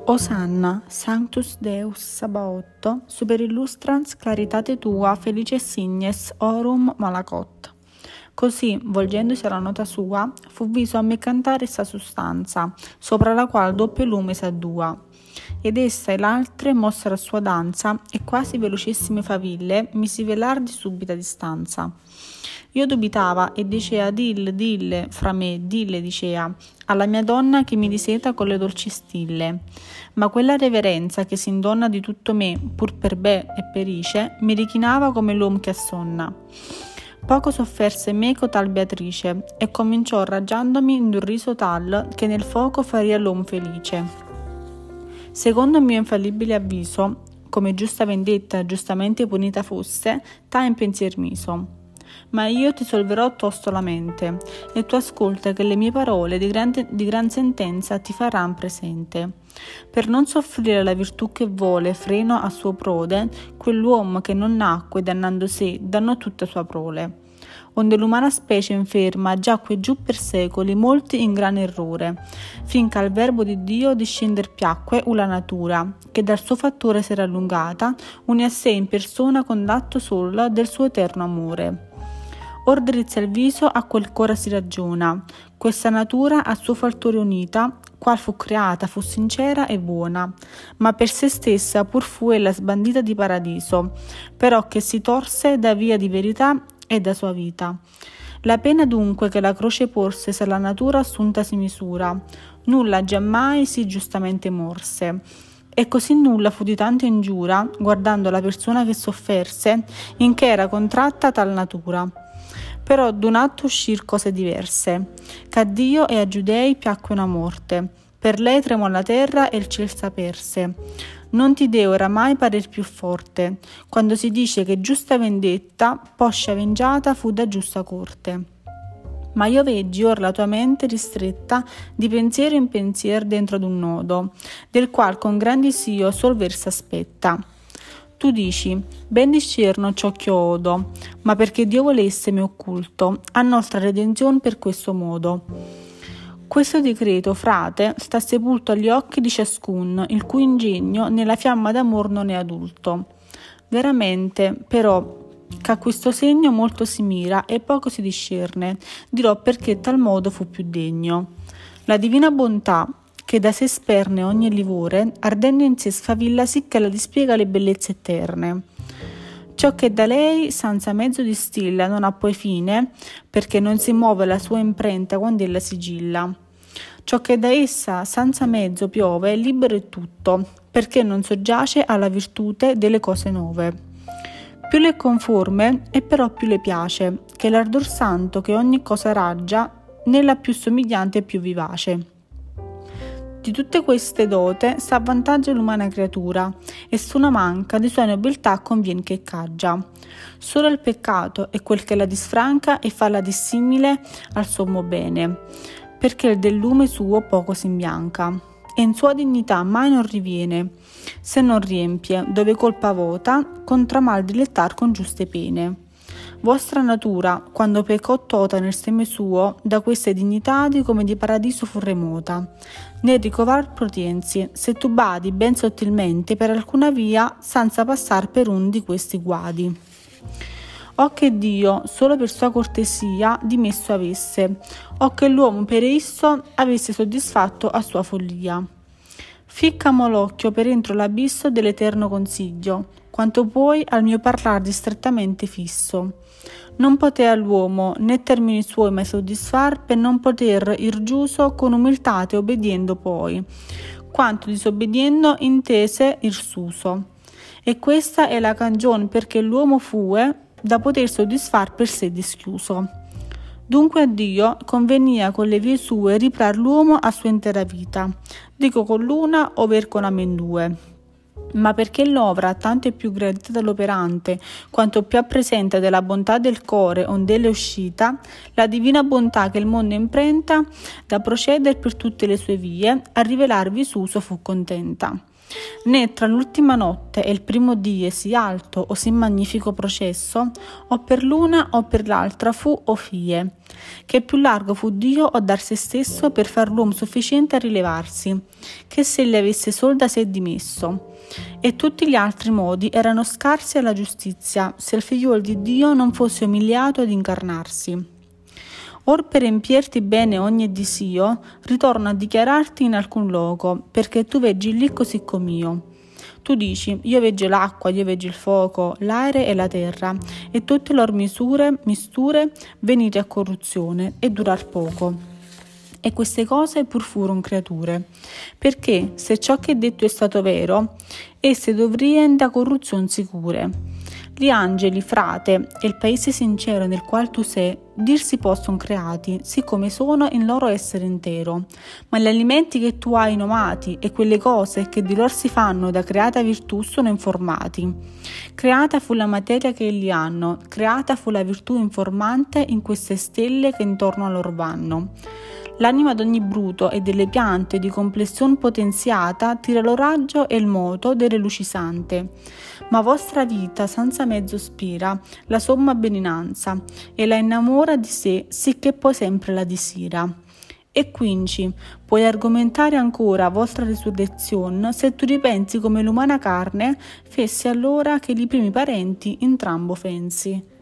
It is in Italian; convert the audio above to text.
Osanna, Sanctus Deus Sabaotto, super illustrans claritate tua, felices signes, orum malacot. Così, volgendosi alla nota sua, fu viso a me cantare essa sostanza, sopra la qual doppio lume s'addua. Ed essa e l'altre mossa la sua danza, e quasi velocissime faville mi si velar di subita distanza. Io dubitava e dicea dille, fra me, dille dicea, alla mia donna che mi diseta con le dolci stille. Ma quella reverenza che s'indonna di tutto me, pur per be e perice, mi richinava come l'uom che assonna. Poco sofferse meco tal Beatrice, e cominciò raggiandomi in un riso tal che nel fuoco faria l'uom felice. Secondo il mio infallibile avviso, come giusta vendetta giustamente punita fosse, ta in pensier miso. Ma io ti solverò tosto la mente, e tu ascolta che le mie parole di gran sentenza ti faran presente. Per non soffrire la virtù che vuole freno a suo prode, quell'uomo che non nacque dannando sé, dannò tutta sua prole. Onde l'umana specie inferma giacque giù per secoli molti in gran errore, finché al verbo di Dio discender piacque la natura, che dal suo fattore s'era allungata, uni a sé in persona con l'atto solo del suo eterno amore. Or drizza il viso a quel cora si ragiona, questa natura a suo fattore unita, qual fu creata, fu sincera e buona, ma per se stessa pur fu ella sbandita di paradiso, però che si torse da via di verità e da sua vita. La pena dunque che la croce porse se la natura assunta si misura, nulla giammai si giustamente morse. E così nulla fu di tanta ingiura, guardando la persona che sofferse, in che era contratta tal natura. Però d'un atto uscir cose diverse, ch'a Dio e a Giudei piacque una morte, per lei tremò la terra e il ciel s'aperse. Non ti deo oramai parer più forte, quando si dice che giusta vendetta, poscia vengiata fu da giusta corte. Ma io veggi or la tua mente ristretta di pensiero in pensier dentro ad un nodo, del qual con gran disio solver s'aspetta. Tu dici, ben discerno ciò che odo, ma perché Dio volesse me occulto, a nostra redenzione per questo modo. Questo decreto, frate, sta sepulto agli occhi di ciascun, il cui ingegno nella fiamma d'amor non è adulto. Veramente, però, che a questo segno molto si mira e poco si discerne, dirò perché tal modo fu più degno. La divina bontà, che da sé sperne ogni livore, ardendo in sé sfavilla sì che la dispiega le bellezze eterne. Ciò che da lei, senza mezzo distilla, non ha poi fine, perché non si muove la sua imprenta quando ella sigilla. Ciò che da essa, senza mezzo, piove, libero è tutto, perché non soggiace alla virtute delle cose nuove. Più le conforme, e però più le piace, che l'ardor santo che ogni cosa raggia, nella più somigliante e più vivace. Di tutte queste dote s'avvantaggia l'umana creatura, e su una manca di sua nobiltà convien che caggia. Solo il peccato è quel che la disfranca e falla dissimile al sommo bene, perché il del lume suo poco s'imbianca, e in sua dignità mai non riviene, se non riempie, dove colpa vota, contra mal dilettar con giuste pene. Vostra natura, quando peccò tota nel seme suo, da queste dignitadi come di paradiso fu remota. Ne ricovar protienzi, se tu badi ben sottilmente per alcuna via, senza passar per un di questi guadi. O che Dio, solo per sua cortesia, dimesso avesse, o che l'uomo per esso avesse soddisfatto a sua follia. Ficcamo l'occhio per entro l'abisso dell'eterno consiglio, quanto puoi al mio parlar distrettamente fisso. Non potea l'uomo, né termini suoi mai soddisfar, per non poter ir giuso con umiltate obbediendo poi, quanto disobbediendo intese ir suso. E questa è la cagione perché l'uomo fue da poter soddisfar per sé dischiuso. Dunque a Dio convenia con le vie sue riprar l'uomo a sua intera vita, dico con l'una over con amendue. Ma perché l'opera tanto è più gradita dall'operante, quanto più appresenta della bontà del core ond'ella è uscita, la divina bontà che il mondo imprenta, da proceder per tutte le sue vie, a rivelarvi suso fu contenta. Né tra l'ultima notte e il primo die sì alto o sì magnifico processo, o per l'una o per l'altra fu o fie, che più largo fu Dio o dar se stesso per far l'uomo sufficiente a rilevarsi, che se egli avesse sol da sé dimesso. E tutti gli altri modi erano scarsi alla giustizia, se il figliuolo di Dio non fosse umiliato ad incarnarsi. Or per empierti bene ogni disio, ritorno a dichiararti in alcun loco, perché tu veggi lì così com'io. Tu dici, io veggio l'acqua, io veggio il fuoco, l'aere e la terra, e tutte loro misture, venire a corruzione e durar poco. E queste cose pur furono creature, perché se ciò che è detto è stato vero, esse dovrien da corruzione sicure. Gli angeli, frate, e il paese sincero nel qual tu sei, dir si possono creati, siccome sono in loro essere intero. Ma gli alimenti che tu hai nomati e quelle cose che di loro si fanno da creata virtù sono informati. Creata fu la materia che egli hanno, creata fu la virtù informante in queste stelle che intorno a loro vanno. L'anima d'ogni bruto e delle piante di complessione potenziata tira lo raggio e il moto delle luci sante. Ma vostra vita senza mezzo spira la somma beninanza e la innamora di sé sicché poi sempre la disira. E quinci puoi argomentare ancora vostra risurrezione se tu ripensi come l'umana carne fesse allora che i primi parenti entrambo fensi.